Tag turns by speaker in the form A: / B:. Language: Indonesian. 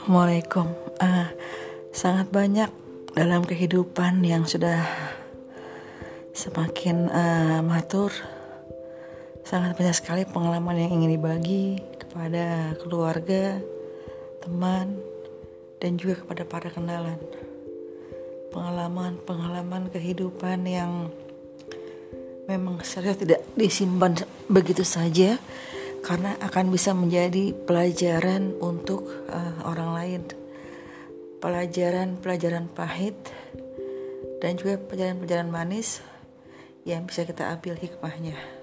A: Assalamualaikum. Sangat banyak dalam kehidupan yang sudah semakin matur. Sangat banyak sekali pengalaman yang ingin dibagi kepada keluarga, teman, dan juga kepada para kenalan. Pengalaman kehidupan yang memang seharusnya tidak disimpan begitu saja, karena akan bisa menjadi pelajaran untuk orang lain, pelajaran pahit dan juga pelajaran manis yang bisa kita ambil hikmahnya.